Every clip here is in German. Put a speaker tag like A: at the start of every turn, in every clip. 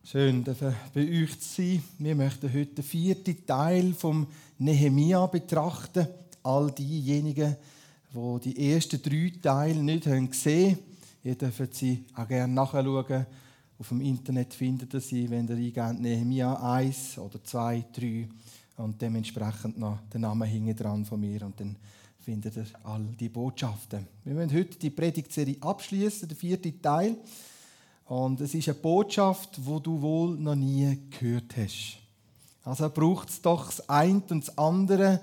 A: Schön, bei euch zu sein. Wir möchten heute den 4. Teil vom Nehemia betrachten. All diejenigen, die die ersten 3 Teile nicht gesehen haben, ihr dürft sie auch gerne nachschauen. Auf dem Internet findet ihr sie, wenn ihr eingebt, Nehemia 1 oder 2, 3 und dementsprechend noch den Namen hinten dran von mir und dann findet ihr all die Botschaften. Wir wollen heute die Predigtserie abschließen, der 4. Teil. Und es ist eine Botschaft, die du wohl noch nie gehört hast. Also braucht es doch das eine und das andere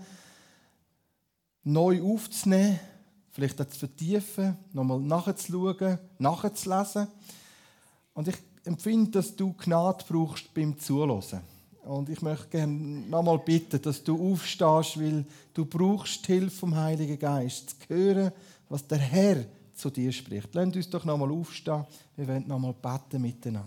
A: neu aufzunehmen, vielleicht auch zu vertiefen, nochmal nachzuschauen, nachzulesen. Und ich empfinde, dass du Gnade brauchst beim Zuhören. Und ich möchte gerne nochmal bitten, dass du aufstehst, weil du brauchst die Hilfe vom Heiligen Geist, zu hören, was der Herr zu dir spricht. Lasst uns doch nochmal aufstehen. Wir wollen nochmal beten miteinander.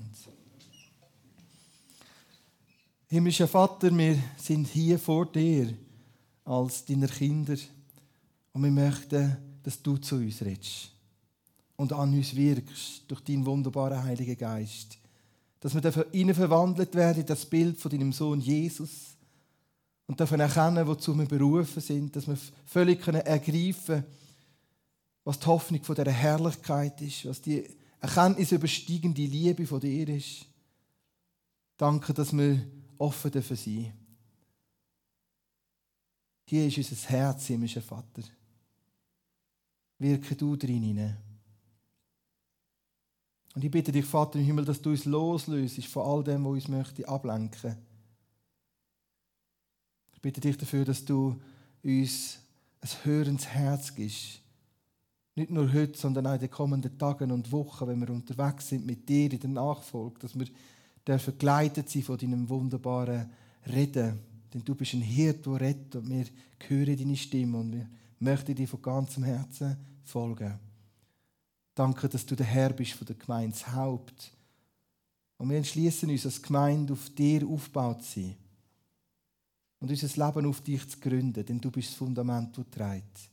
A: Himmlischer Vater, wir sind hier vor dir als deine Kinder und wir möchten, dass du zu uns redest und an uns wirkst durch deinen wunderbaren Heiligen Geist. Dass wir innen verwandelt werden in das Bild von deinem Sohn Jesus und dürfen erkennen, wozu wir berufen sind, dass wir völlig ergreifen können, was die Hoffnung von dieser Herrlichkeit ist, was die Erkenntnis übersteigende Liebe von dir ist. Danke, dass wir offen dafür sein. Hier ist unser Herz, himmlischer Vater. Wirke du drin hinein. Und ich bitte dich, Vater im Himmel, dass du uns loslöst von all dem, was uns möchte ablenken. Ich bitte dich dafür, dass du uns ein hörendes Herz gibst. Nicht nur heute, sondern auch in den kommenden Tagen und Wochen, wenn wir unterwegs sind mit dir in der Nachfolge, dass wir begleitet sein von deinem wunderbaren Reden. Denn du bist ein Hirt, der redet und wir hören deine Stimme und wir möchten dir von ganzem Herzen folgen. Danke, dass du der Herr bist von der Gemeinde, das Haupt. Und wir entschließen uns als Gemeinde auf dir aufgebaut zu sein und unser Leben auf dich zu gründen, denn du bist das Fundament, das trägt.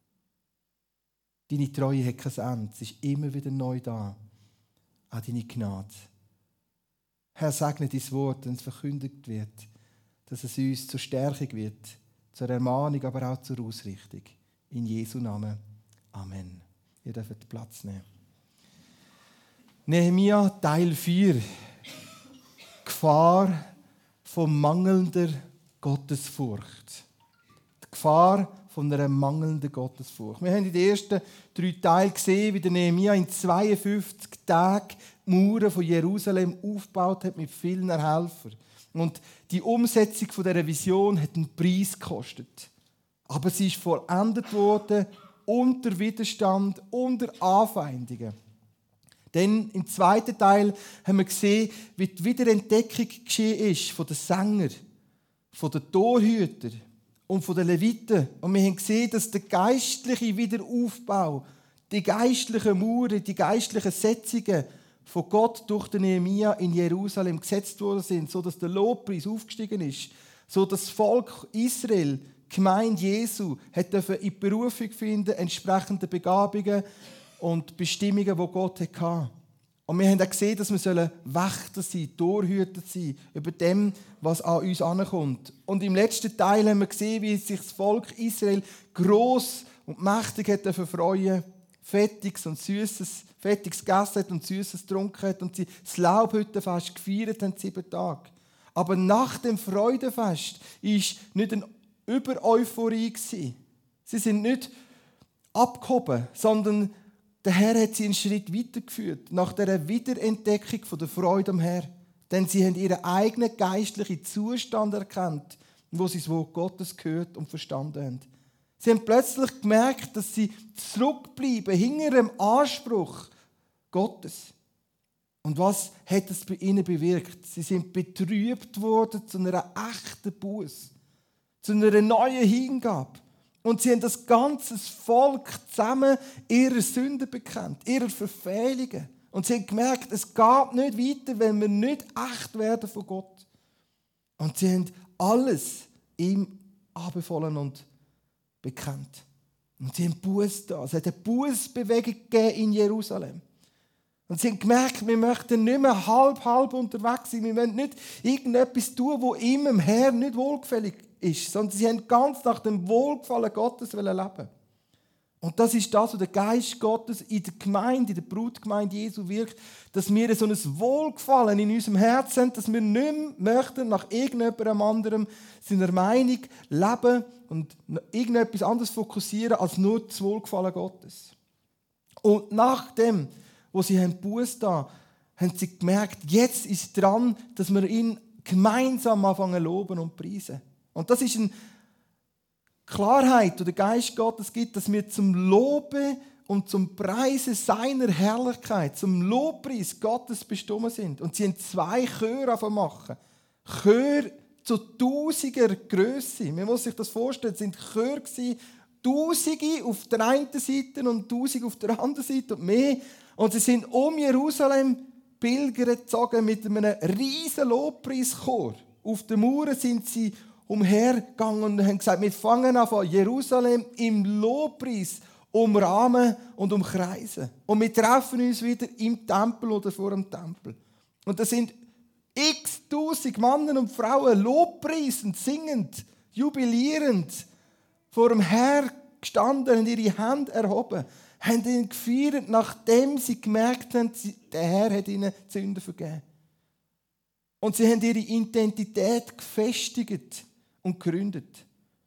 A: Deine Treue hat kein Ende. Es ist immer wieder neu da. Auch deine Gnade. Herr, segne dein Wort, wenn es verkündigt wird, dass es uns zur Stärkung wird, zur Ermahnung, aber auch zur Ausrichtung. In Jesu Namen. Amen. Ihr dürft Platz nehmen. Nehemia, Teil 4. Gefahr von mangelnder Gottesfurcht. Die Gefahr von einer mangelnden Gottesfurcht. Wir haben in den ersten 3 Teilen gesehen, wie der Nehemia in 52 Tagen die Mauern von Jerusalem aufgebaut hat mit vielen Helfern. Und die Umsetzung dieser Vision hat einen Preis gekostet. Aber sie ist vollendet worden unter Widerstand, unter Anfeindungen. Denn im 2. Teil haben wir gesehen, wie die Wiederentdeckung geschehen ist von den Sängern, von den Torhütern und von den Leviten. Und wir haben gesehen, dass der geistliche Wiederaufbau, die geistlichen Mauern, die geistlichen Setzungen von Gott durch den Nehemia in Jerusalem gesetzt worden sind, sodass der Lobpreis aufgestiegen ist, sodass das Volk Israel, die Gemeinde Jesu, hat in die Berufung finden, entsprechende Begabungen und Bestimmungen, die Gott hatte. Und wir haben auch gesehen, dass wir Wächter sein, Torhüter sein, über dem, was an uns ankommt. Und im letzten Teil haben wir gesehen, wie sich das Volk Israel gross und mächtig hat freuen, Fettiges und Süßes, Fettiges gegessen hat und Süßes getrunken hat und sie das Laubhüttenfest gefeiert haben 7 Tage. Aber nach dem Freudenfest war nicht eine Über-Euphorie. Sie sind nicht abgehoben, sondern der Herr hat sie einen Schritt weitergeführt, nach dieser Wiederentdeckung von der Freude am Herrn. Denn sie haben ihren eigenen geistlichen Zustand erkannt, wo sie das Wort Gottes gehört und verstanden haben. Sie haben plötzlich gemerkt, dass sie zurückbleiben hinter dem Anspruch Gottes. Und was hat es bei ihnen bewirkt? Sie sind betrübt worden zu einer echten Buße, zu einer neuen Hingabe. Und sie haben das ganze Volk zusammen ihre Sünden bekannt, ihre Verfehlungen. Und sie haben gemerkt, es geht nicht weiter, wenn wir nicht echt werden von Gott. Und sie haben alles ihm anbefohlen und bekannt. Und sie haben Buße da. Es hat eine Bußbewegung gegeben in Jerusalem. Und sie haben gemerkt, wir möchten nicht mehr halb unterwegs sein. Wir wollen nicht irgendetwas tun, das ihm, dem Herrn, nicht wohlgefällig ist. Sondern sie haben ganz nach dem Wohlgefallen Gottes leben. Und das ist das, was der Geist Gottes in der Gemeinde, in der Brutgemeinde Jesu wirkt, dass wir so ein Wohlgefallen in unserem Herzen haben, dass wir nicht mehr möchten, nach irgendjemandem anderem seiner Meinung leben und irgendetwas anderes fokussieren, als nur das Wohlgefallen Gottes. Und nachdem, wo sie Buße da haben sie gemerkt, jetzt ist dran, dass wir ihn gemeinsam anfangen zu loben und preisen. Und das ist eine Klarheit, die der Geist Gottes gibt, dass wir zum Loben und zum Preisen seiner Herrlichkeit, zum Lobpreis Gottes bestimmt sind. Und sie haben 2 Chöre machen. Chöre zu tausiger Grösse. Man muss sich das vorstellen, es sind Chöre gewesen, Tausende auf der einen Seite und Tausende auf der anderen Seite und mehr. Und sie sind um Jerusalem Pilger gezogen mit einem riesen Lobpreischor. Auf den Mauern sind sie umhergegangen und haben gesagt, wir fangen an von Jerusalem im Lobpreis umrahmen und umkreisen. Und wir treffen uns wieder im Tempel oder vor dem Tempel. Und das sind x-tausend Männer und Frauen lobpreisend, singend, jubilierend vor dem Herrn gestanden und ihre Hände erhoben, haben ihn gefeiert, nachdem sie gemerkt haben, der Herr hat ihnen die Sünden vergeben. Und sie haben ihre Identität gefestigt und gegründet.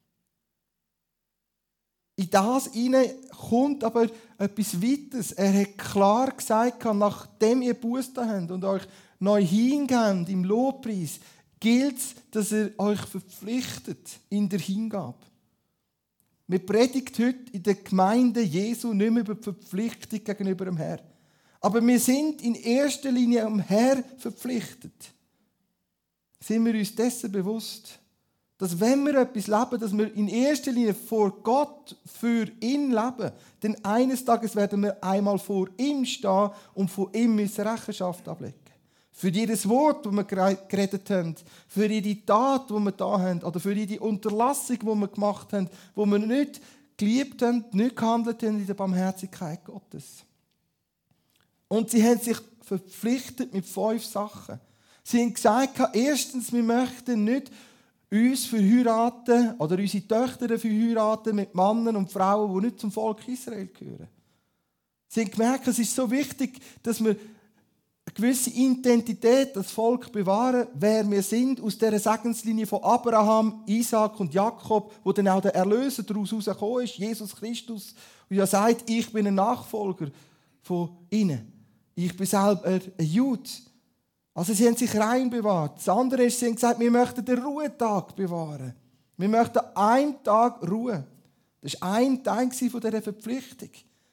A: In das hinein kommt aber etwas Weiteres. Er hat klar gesagt, nachdem ihr Buße habt und euch neu hingebt im Lobpreis, gilt es, dass er euch verpflichtet in der Hingabe. Wir predigen heute in der Gemeinde Jesu nicht mehr über die Verpflichtung gegenüber dem Herrn. Aber wir sind in erster Linie am Herrn verpflichtet. Sind wir uns dessen bewusst, dass wenn wir etwas leben, dass wir in erster Linie vor Gott für ihn leben, denn eines Tages werden wir einmal vor ihm stehen und von ihm Rechenschaft ablegen. Für jedes Wort, das wir geredet haben, für jede Tat, die wir da haben, oder für jede Unterlassung, die wir gemacht haben, wo wir nicht geliebt haben, nicht gehandelt haben in der Barmherzigkeit Gottes. Und sie haben sich verpflichtet mit 5 Sachen. Sie haben gesagt, erstens, wir möchten nicht uns verheiraten oder unsere Töchter verheiraten mit Männern und Frauen, die nicht zum Volk Israel gehören. Sie haben gemerkt, es ist so wichtig, dass wir eine gewisse Identität, das Volk bewahren, wer wir sind, aus dieser Segenslinie von Abraham, Isaac und Jakob, wo dann auch der Erlöser daraus herausgekommen ist, Jesus Christus, und ja sagt, ich bin ein Nachfolger von ihnen. Ich bin selber ein Jude. Also sie haben sich rein bewahrt. Das andere ist, sie haben gesagt, wir möchten den Ruhetag bewahren. Wir möchten einen Tag Ruhe. Das war ein Teil von dieser Verpflichtung.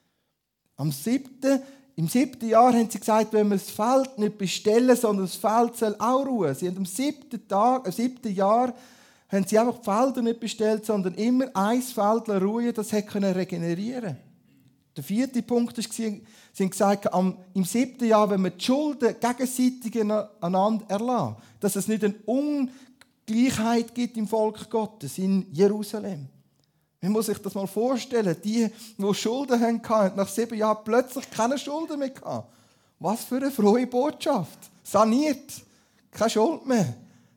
A: Im 7. Jahr haben sie gesagt, wenn wir das Feld nicht bestellen, sondern das Feld soll auch ruhen. Sie haben am 7. Jahr haben sie einfach die Felder nicht bestellt, sondern immer ein Feld ruhen, das hätte regenerieren können. Der 4. Punkt war, sie haben gesagt, im 7. Jahr, wenn wir die Schulden gegenseitig einander erlassen, dass es nicht eine Ungleichheit gibt im Volk Gottes in Jerusalem. Man muss sich das mal vorstellen, die Schulden hatten, nach 7 Jahren plötzlich keine Schulden mehr gehabt. Was für eine frohe Botschaft. Saniert. Keine Schuld mehr.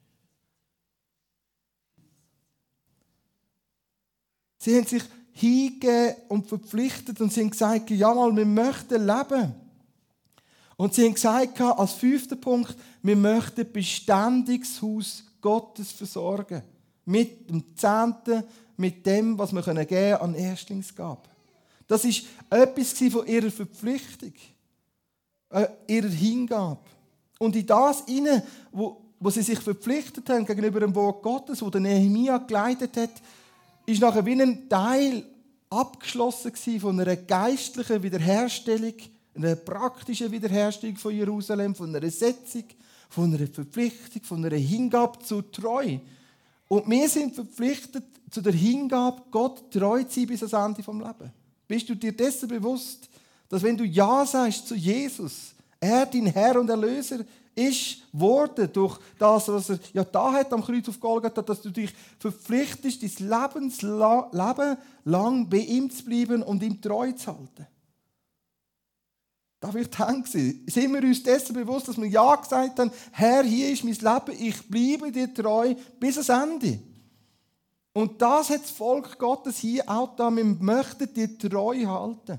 A: Sie haben sich hingegeben und verpflichtet und sie haben gesagt, ja mal, wir möchten leben. Und sie haben gesagt, als 5. Punkt, wir möchten beständiges Haus Gottes versorgen. Mit dem 10., mit dem, was wir geben an Erstlingsgabe. Das war etwas von ihrer Verpflichtung, ihrer Hingabe. Und in das hinein, wo sie sich verpflichtet haben gegenüber dem Wort Gottes, wo der Nehemia geleitet hat, ist nachher wie ein Teil abgeschlossen von einer geistlichen Wiederherstellung, einer praktischen Wiederherstellung von Jerusalem, von einer Setzung, von einer Verpflichtung, von einer Hingabe zur Treue. Und wir sind verpflichtet zu der Hingabe, Gott treu zu sein bis ans Ende des Lebens. Bist du dir dessen bewusst, dass wenn du Ja sagst zu Jesus, er dein Herr und Erlöser ist worden durch das, was er ja da hat am Kreuz auf Golgatha, dass du dich verpflichtest, dein Leben lang bei ihm zu bleiben und ihm treu zu halten. Da wird hängen gewesen. Sind wir uns dessen bewusst, dass wir Ja gesagt haben, Herr, hier ist mein Leben, ich bleibe dir treu bis ans Ende. Und das hat das Volk Gottes hier auch da. Wir möchten dir treu halten.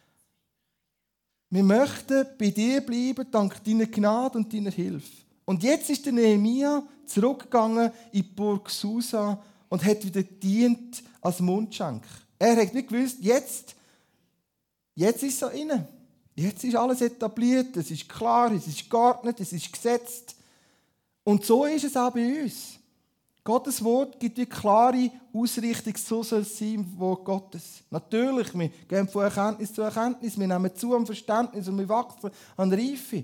A: Wir möchten bei dir bleiben, dank deiner Gnade und deiner Hilfe. Und jetzt ist der Nehemia zurückgegangen in die Burg Susa und hat wieder gedient als Mundschenk. Er hat nicht gewusst, jetzt ist es so inne. Jetzt ist alles etabliert, es ist klar, es ist geordnet, es ist gesetzt. Und so ist es auch bei uns. Gottes Wort gibt eine klare Ausrichtung, so soll es sein im Wort Gottes. Natürlich, wir gehen von Erkenntnis zu Erkenntnis, wir nehmen zu am Verständnis und wir wachsen an Reife.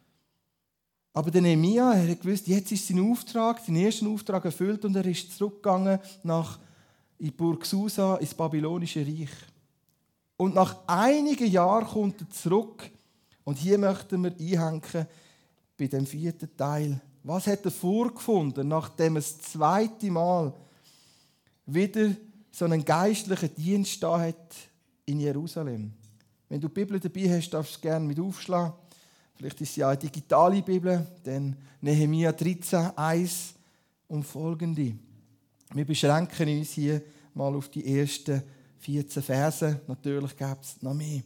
A: Aber der Nehemia hat gewusst, jetzt ist sein Auftrag, seinen ersten Auftrag erfüllt und er ist zurückgegangen in die Burg Susa, ins babylonische Reich. Und nach einigen Jahren kommt er zurück und hier möchten wir einhängen bei dem 4. Teil. Was hat er vorgefunden, nachdem er das 2. Mal wieder so einen geistlichen Dienst da hat in Jerusalem? Wenn du die Bibel dabei hast, darfst du es gerne mit aufschlagen. Vielleicht ist es ja eine digitale Bibel, denn Nehemia 13, 1 und folgende. Wir beschränken uns hier mal auf die ersten 14 Verse. Natürlich gäbe es noch mehr.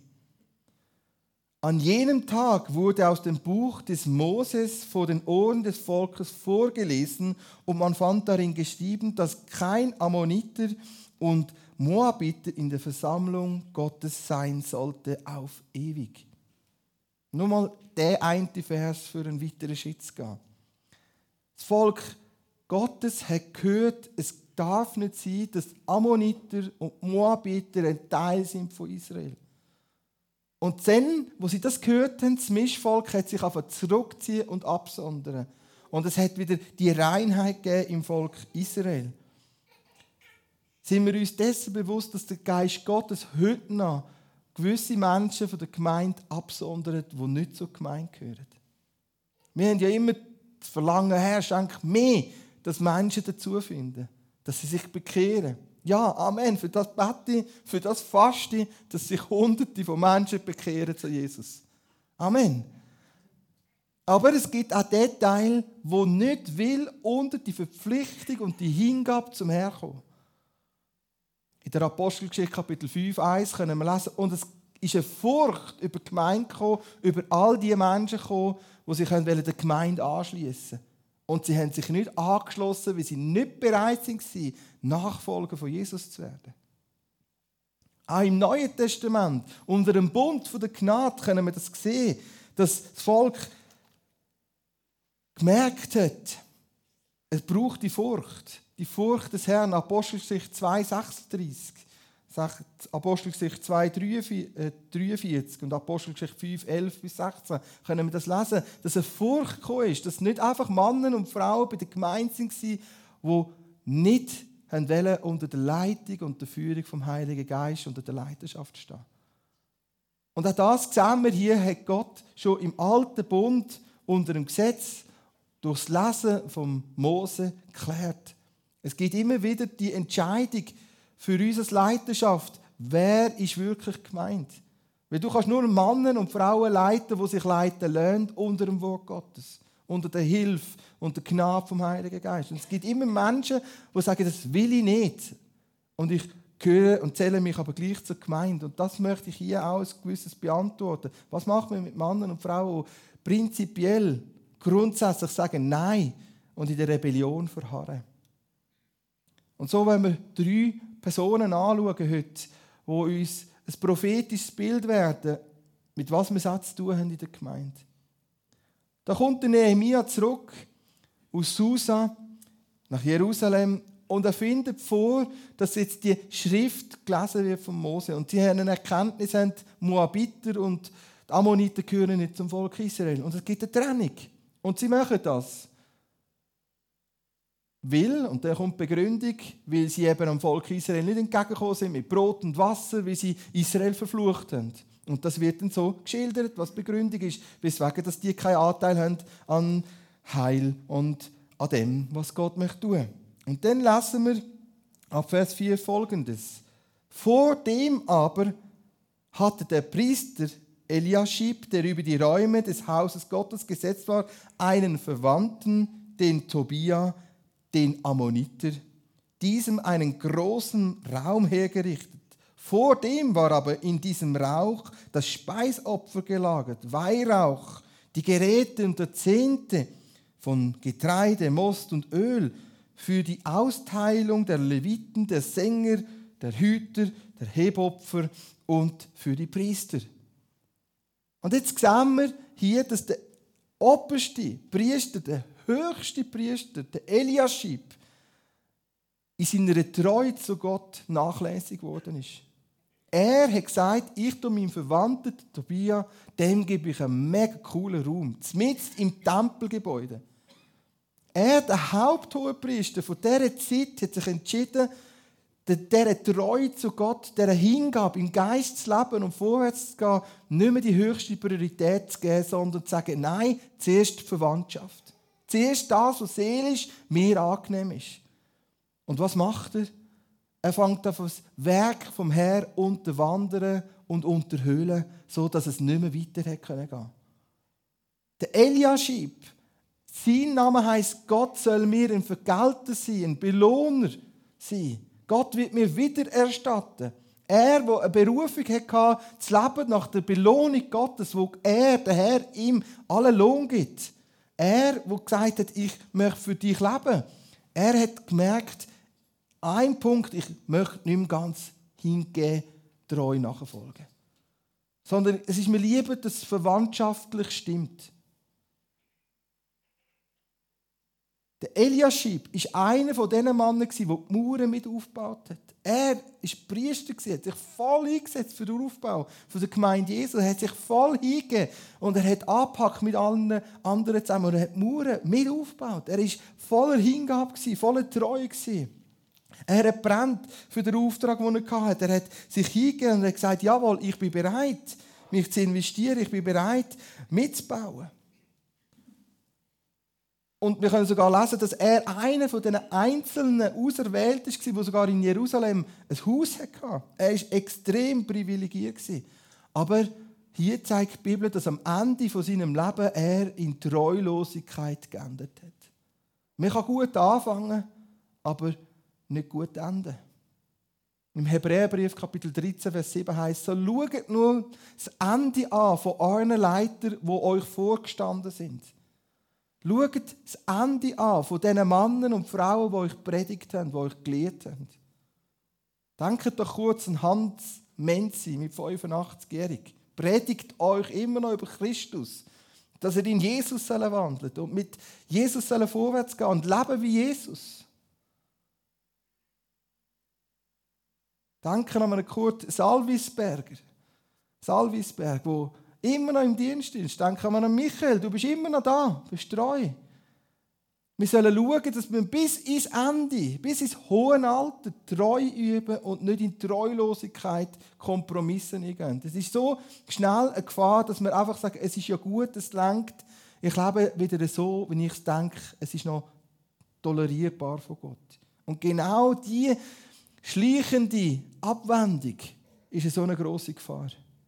A: An jenem Tag wurde aus dem Buch des Moses vor den Ohren des Volkes vorgelesen und man fand darin geschrieben, dass kein Ammoniter und Moabiter in der Versammlung Gottes sein sollte auf ewig. Nur mal der eine Vers für einen weiteren Schritt zu gehen. Das Volk Gottes hat gehört, es darf nicht sein, dass Ammoniter und Moabiter ein Teil sind von Israel. Und dann, wo sie das gehört haben, das Mischvolk hat sich einfach zurückziehen und absondern. Und es hat wieder die Reinheit gegeben im Volk Israel. Sind wir uns dessen bewusst, dass der Geist Gottes heute noch gewisse Menschen von der Gemeinde absondert, die nicht zur Gemeinde gehören? Wir haben ja immer das Verlangen, Herr, schenk mehr, dass Menschen dazu finden, dass sie sich bekehren. Ja, Amen. Für das bete ich, für das faste ich, dass sich Hunderte von Menschen bekehren zu Jesus. Amen. Aber es gibt auch den Teil, der nicht will, unter die Verpflichtung und die Hingabe zum Herrn kommen. In der Apostelgeschichte Kapitel 5, 1 können wir lesen, und es ist eine Furcht über die Gemeinde gekommen, über all die Menschen gekommen, die sich der Gemeinde anschließen wollten. Und sie haben sich nicht angeschlossen, weil sie nicht bereit waren, Nachfolger von Jesus zu werden. Auch im Neuen Testament, unter dem Bund von der Gnade, können wir das sehen, dass das Volk gemerkt hat, es braucht die Furcht des Herrn. Apostelgeschichte 2,36, Apostelgeschichte 2,43 und Apostelgeschichte 5, 11 bis 16 können wir das lesen, dass eine Furcht gekommen ist, dass nicht einfach Männer und Frauen bei der Gemeinde waren, die nicht wollten unter der Leitung und der Führung vom Heiligen Geist unter der Leiterschaft stehen. Und auch das sehen wir hier, hat Gott schon im Alten Bund unter dem Gesetz durchs Lesen von Mose geklärt. Es gibt immer wieder die Entscheidung für uns als Leiterschaft, wer ist wirklich gemeint. Weil du kannst nur Männer und Frauen leiten, die sich leiten lassen unter dem Wort Gottes, unter der Hilfe und der Gnade vom Heiligen Geist. Und es gibt immer Menschen, die sagen, das will ich nicht. Und ich gehöre und zähle mich aber gleich zur Gemeinde. Und das möchte ich hier auch als gewisses beantworten. Was macht man mit Männern und Frauen, die prinzipiell, grundsätzlich sagen Nein und in der Rebellion verharren? Und so wollen wir 3 Personen anschauen heute, die uns ein prophetisches Bild werden, mit was wir es zu tun haben in der Gemeinde. Da kommt der Nehemia zurück aus Susa nach Jerusalem und er findet vor, dass jetzt die Schrift gelesen wird von Mose. Und sie haben eine Erkenntnis, die Moabiter und die Ammoniter gehören nicht zum Volk Israel. Und es gibt eine Trennung. Und sie machen das. Und dann kommt die Begründung, weil sie eben am Volk Israel nicht entgegengekommen sind mit Brot und Wasser, wie sie Israel verflucht haben. Und das wird dann so geschildert, was die Begründung ist, weswegen dass die keinen Anteil haben an Heil und an dem, was Gott möchte tun. Und dann lesen wir ab Vers 4 Folgendes. Vor dem aber hatte der Priester Eliaschib, der über die Räume des Hauses Gottes gesetzt war, einen Verwandten, den Tobia, den Ammoniter, diesem einen großen Raum hergerichtet. Vor dem war aber in diesem Rauch das Speisopfer gelagert, Weihrauch, die Geräte und der Zehnte von Getreide, Most und Öl für die Austeilung der Leviten, der Sänger, der Hüter, der Hebopfer und für die Priester. Und jetzt sehen wir hier, dass der oberste Priester, der höchste Priester, der Eliaschib, in seiner Treue zu Gott nachlässig geworden ist. Er hat gesagt, ich tue meinem Verwandten Tobia, dem gebe ich einen mega coolen Raum, mitten im Tempelgebäude. Er, der Haupthohepriester von dieser Zeit, hat sich entschieden, dieser Treue zu Gott, dieser Hingabe im Geist zu leben und vorwärts zu gehen, nicht mehr die höchste Priorität zu geben, sondern zu sagen, nein, zuerst die Verwandtschaft. Zuerst das, was seelisch mir angenehm ist. Und was macht er? Er fängt auf das Werk vom Herrn unterwandern und unterhöhlen, so dass es nicht mehr weiter gehen konnte. Der Eliaschib, sein Name heisst, Gott soll mir ein Vergelter sein, ein Belohner sein. Gott wird mir wieder erstatten. Er, der eine Berufung hatte, zu leben nach der Belohnung Gottes, wo er, der Herr, ihm allen Lohn gibt. Er, der gesagt hat, ich möchte für dich leben. Er hat gemerkt, ein Punkt, ich möchte nicht mehr ganz hingehen, treu nachfolgen. Sondern es ist mir lieber, dass es verwandtschaftlich stimmt. Der Eliaschib war einer von diesen Männern, der die Mauern mit aufgebaut hat. Er war Priester, hat sich voll eingesetzt für den Aufbau der Gemeinde Jesu. Er hat sich voll hingegeben und er hat angepackt mit allen anderen zusammen und er hat die Mauern mit aufgebaut. Er war voller Hingabe, voller Treue. Er hat brennt für den Auftrag, den er hatte. Er hat sich hingegeben und hat gesagt, jawohl, ich bin bereit, mich zu investieren, ich bin bereit, mitzubauen. Und wir können sogar lesen, dass er einer von den einzelnen Auserwählten war, der sogar in Jerusalem ein Haus hatte. Er war extrem privilegiert. Aber hier zeigt die Bibel, dass am Ende von seinem Leben er in Treulosigkeit geendet hat. Man kann gut anfangen, aber nicht gut enden. Im Hebräerbrief Kapitel 13, Vers 7 heisst es, so schaut nur das Ende an von euren Leitern, die euch vorgestanden sind. Schaut das Ende an von diesen Männern und Frauen, die euch predigt haben, die euch gelehrt haben. Denkt doch kurz an Hans Menzi mit 85-jährig. Predigt euch immer noch über Christus, dass er in Jesus wandelt und mit Jesus vorwärts gehen und leben wie Jesus. Denken an einen Kurt Salvisberger, der immer noch im Dienst ist. Denken an Michael, du bist immer noch da, bist treu. Wir sollen schauen, dass wir bis ins Ende, bis ins hohe Alter treu üben und nicht in Treulosigkeit Kompromisse eingehen. Es ist so schnell eine Gefahr, dass wir einfach sagen, es ist ja gut, es lenkt. Ich lebe wieder so, wenn ich es denke, es ist noch tolerierbar von Gott. Und genau diese schleichende Abwendung ist eine so eine grosse Gefahr.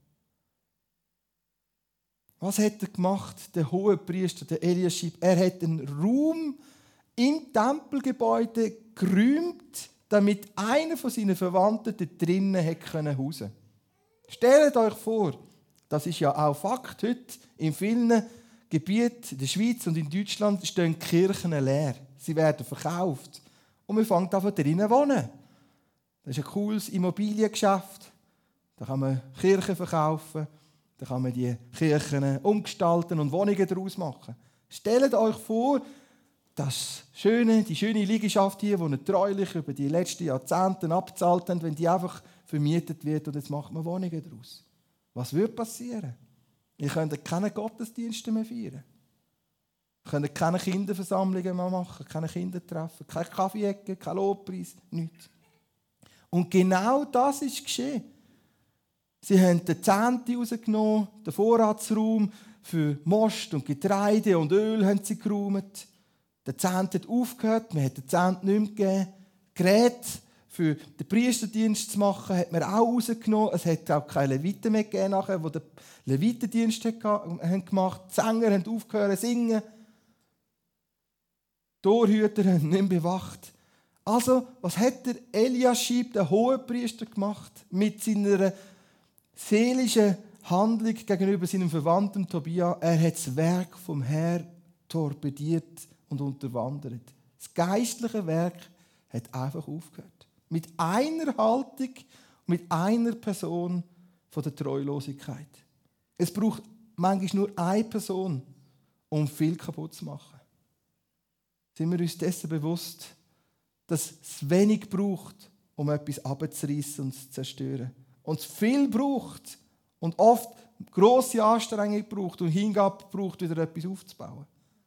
A: Was hat er gemacht, der Hohepriester, der Eliaschib? Er hat einen Raum im Tempelgebäude geräumt, damit einer von seinen Verwandten da drinnen hausen konnte. Stellt euch vor, das ist ja auch Fakt heute, in vielen Gebieten der Schweiz und in Deutschland stehen die Kirchen leer. Sie werden verkauft. Und man fängt an, drinnen zu wohnen. Das ist ein cooles Immobiliengeschäft. Da kann man Kirchen verkaufen. Da kann man die Kirchen umgestalten und Wohnungen daraus machen. Stellt euch vor, die schöne Liegenschaft hier, die ihr treulich über die letzten Jahrzehnte abgezahlt habt, wenn die einfach vermietet wird und jetzt macht man Wohnungen daraus. Was würde passieren? Ihr könnt keine Gottesdienste mehr feiern. Ihr könnt keine Kinderversammlungen mehr machen, keine Kindertreffen, keine Kaffeeecke, kein Lobpreis, nichts. Und genau das ist geschehen. Sie haben den Zehnte rausgenommen, den Vorratsraum für Most und Getreide und Öl haben sie geräumt. Der Zehnte hat aufgehört, man hat den Zehnten nicht mehr gegeben. Geräte für den Priesterdienst zu machen, hat man auch rausgenommen. Es hat auch keine Leviten mehr gegeben, nachher, die den Levitendienst haben gemacht. Die Sänger haben aufgehört zu singen. Die Torhüter haben nicht mehr bewacht. Also, was hat der Eliaschib, der Hohepriester, gemacht mit seiner seelischen Handlung gegenüber seinem Verwandten Tobia? Er hat das Werk vom Herrn torpediert und unterwandert. Das geistliche Werk hat einfach aufgehört. Mit einer Haltung, mit einer Person von der Treulosigkeit. Es braucht manchmal nur eine Person, um viel kaputt zu machen. Sind wir uns dessen bewusst, dass es wenig braucht, um etwas abzureißen und zu zerstören. Und es viel braucht und oft grosse Anstrengung braucht und Hingabe braucht, wieder etwas aufzubauen.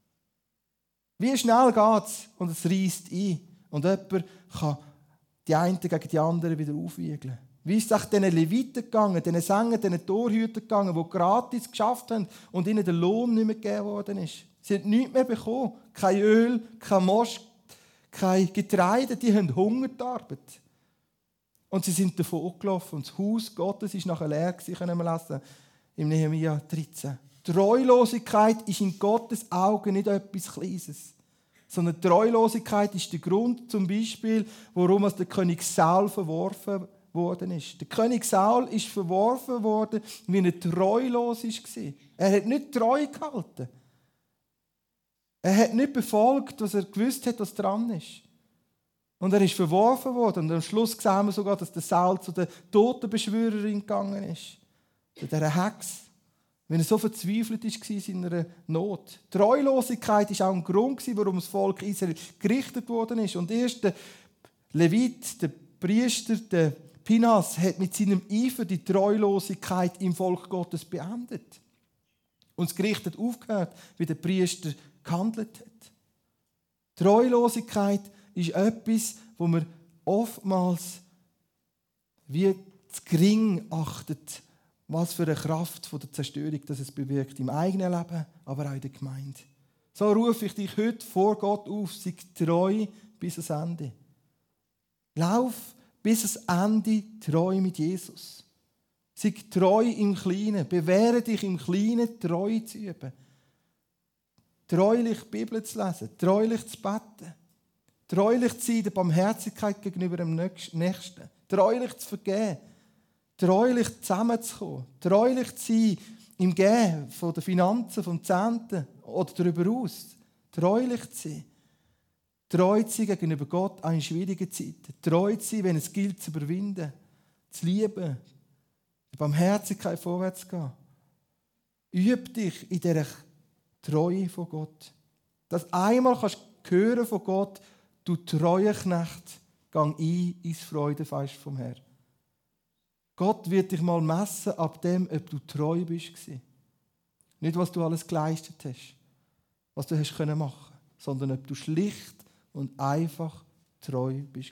A: Wie schnell geht es und es reißt ein und jemand kann die einen gegen die anderen wieder aufwiegeln. Wie ist es auch diesen Leviten gegangen, diesen Sängern, diesen Torhütern gegangen, die gratis geschafft haben und ihnen der Lohn nicht mehr gegeben worden ist. Sie haben nichts mehr bekommen. Kein Öl, kein Most, kein Getreide. Die haben Hunger gearbeitet. Und sie sind davon gelaufen. Und das Haus Gottes ist nachher leer gewesen, können wir lesen, im Nehemia 13. Treulosigkeit ist in Gottes Augen nicht etwas Kleines. Sondern Treulosigkeit ist der Grund, zum Beispiel, warum der König Saul verworfen worden ist. Der König Saul ist verworfen worden, weil er treulos war. Er hat nicht treu gehalten. Er hat nicht befolgt, was er gewusst hat, was dran ist. Und er ist verworfen worden. Und am Schluss sehen wir sogar, dass der Saul zu der Totenbeschwörerin gegangen ist. Zu dieser Hex. Wenn er so verzweifelt war in seiner Not. Treulosigkeit war auch ein Grund, warum das Volk Israel gerichtet worden ist. Und erst der Levit, der Priester, der Pinhas, hat mit seinem Eifer die Treulosigkeit im Volk Gottes beendet. Und das Gericht hat aufgehört, wie der Priester gehandelt hat. Treulosigkeit ist etwas, wo man oftmals wie zu gering achtet, was für eine Kraft von der Zerstörung das es bewirkt im eigenen Leben, aber auch in der Gemeinde. So rufe ich dich heute vor Gott auf, sei treu bis ans Ende. Lauf bis ans Ende treu mit Jesus. Sei treu im Kleinen, bewähre dich im Kleinen, treu zu üben. Treulich die Bibel zu lesen, treulich zu beten, treulich zu sein der Barmherzigkeit gegenüber dem Nächsten, treulich zu vergeben, treulich zusammenzukommen, treulich zu sein im Geben von den Finanzen, vom Zehnten oder darüber hinaus, treulich zu sein. Treu zu sein gegenüber Gott auch in schwierigen Zeiten, treu zu sein, wenn es gilt zu überwinden, zu lieben, die Barmherzigkeit vorwärts zu gehen. Üb dich in dieser Treue von Gott. Dass einmal kannst du hören von Gott, du treue Knecht, gang ein ins Freudenfest vom Herrn. Gott wird dich mal messen ab dem, ob du treu bist. Nicht, was du alles geleistet hast, was du hast machen können, sondern ob du schlicht und einfach treu bist.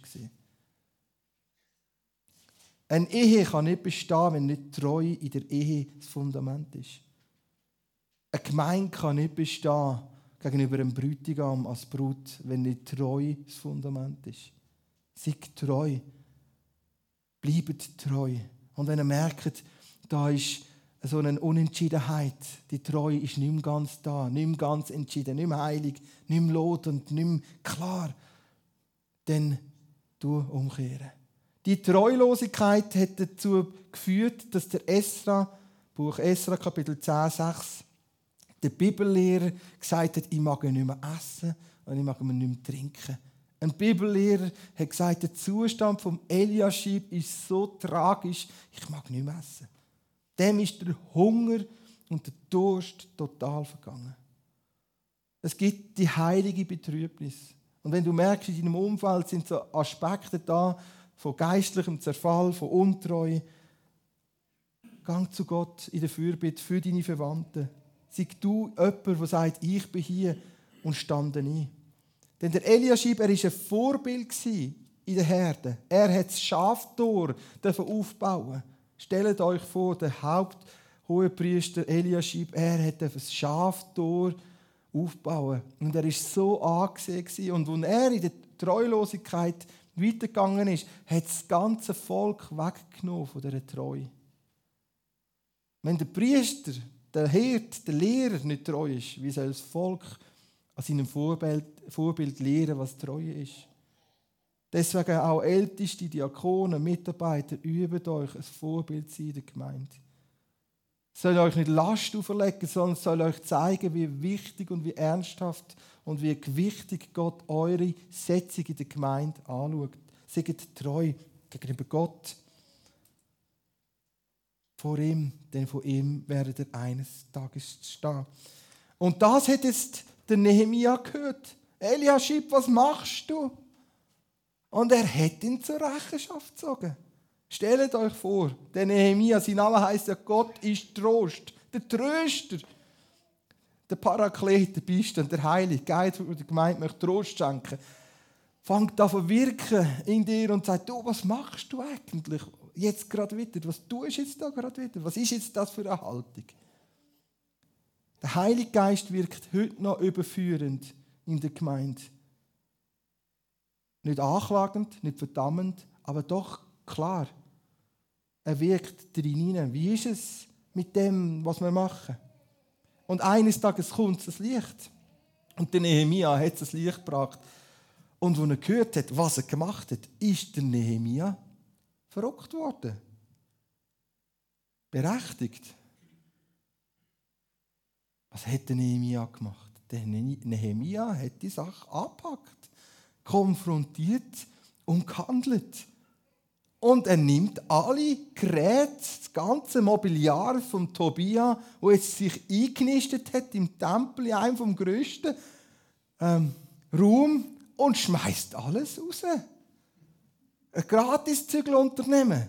A: Eine Ehe kann nicht bestehen, wenn nicht treu in der Ehe das Fundament ist. Eine Gemeinde kann nicht bestehen gegenüber einem Bräutigam als Brut, wenn nicht treu das Fundament ist. Seid treu. Bleibt treu. Und wenn ihr merkt, da ist so eine Unentschiedenheit, die Treue ist nicht mehr ganz da, nicht mehr ganz entschieden, nicht mehr heilig, nicht mehr lotend, nicht mehr klar, dann umkehren. Die Treulosigkeit hat dazu geführt, dass der Esra, Buch Esra, Kapitel 10, 6, der Bibellehrer gesagt hat, ich mag nicht mehr essen und ich mag nicht mehr trinken. Ein Bibellehrer hat gesagt, der Zustand von Eliaschib ist so tragisch, ich mag nicht mehr essen. Dem ist der Hunger und der Durst total vergangen. Es gibt die heilige Betrübnis. Und wenn du merkst, in deinem Umfeld sind so Aspekte da, von geistlichem Zerfall, von Untreue, gang zu Gott in der Fürbitte für deine Verwandten. Sei du jemand, der sagt, ich bin hier und stande ein. Denn der Eliaschib, er war ein Vorbild in der Herde. Er hat das Schaftor aufbauen. Stellt euch vor, der Haupthohepriester Eliaschib, er hat das Schaftor aufbauen. Und er war so angesehen. Und als er in der Treulosigkeit weitergegangen ist, hat das ganze Volk weggenommen von dieser Treue. Wenn der Priester, der Hirt, der Lehrer nicht treu ist, wie soll das Volk an seinem Vorbild lehren, was Treue ist? Deswegen auch älteste Diakonen, Mitarbeiter, übt euch ein Vorbild sein in der Gemeinde. Es soll euch nicht Last auferlegen, sondern es soll euch zeigen, wie wichtig und wie ernsthaft und wie gewichtig Gott eure Setzung in der Gemeinde anschaut. Seid treu gegenüber Gott. Vor ihm, denn von ihm werdet ihr eines Tages stehen. Und das hat jetzt der Nehemia gehört. Eliaschib, was machst du? Und er hat ihn zur Rechenschaft gezogen. Stellt euch vor, der Nehemia, sein Name heisst ja Gott ist Trost, der Tröster, der Paraklet, der Beistand, der Heilige Geist, der der Gemeinde möchte Trost schenken, fängt an zu wirken in dir und sagt, du, was machst du eigentlich jetzt gerade wieder? Was tust du jetzt da gerade wieder? Was ist jetzt das für eine Haltung? Der Heilige Geist wirkt heute noch überführend in der Gemeinde. Nicht anklagend, nicht verdammend, aber doch klar. Er wirkt drin hinein. Wie ist es mit dem, was wir machen? Und eines Tages kommt das Licht. Und der Nehemia hat das Licht gebracht. Und als er gehört hat, was er gemacht hat, ist der Nehemia verrückt worden. Berechtigt. Was hat der Nehemia gemacht? Der Nehemia hat die Sache angepackt, konfrontiert und gehandelt. Und er nimmt alle Geräte, das ganze Mobiliar von Tobia, wo jetzt sich eingenistet hat im Tempel, in einem vom grössten Raum, und schmeißt alles raus. Ein Gratiszügelunternehmen.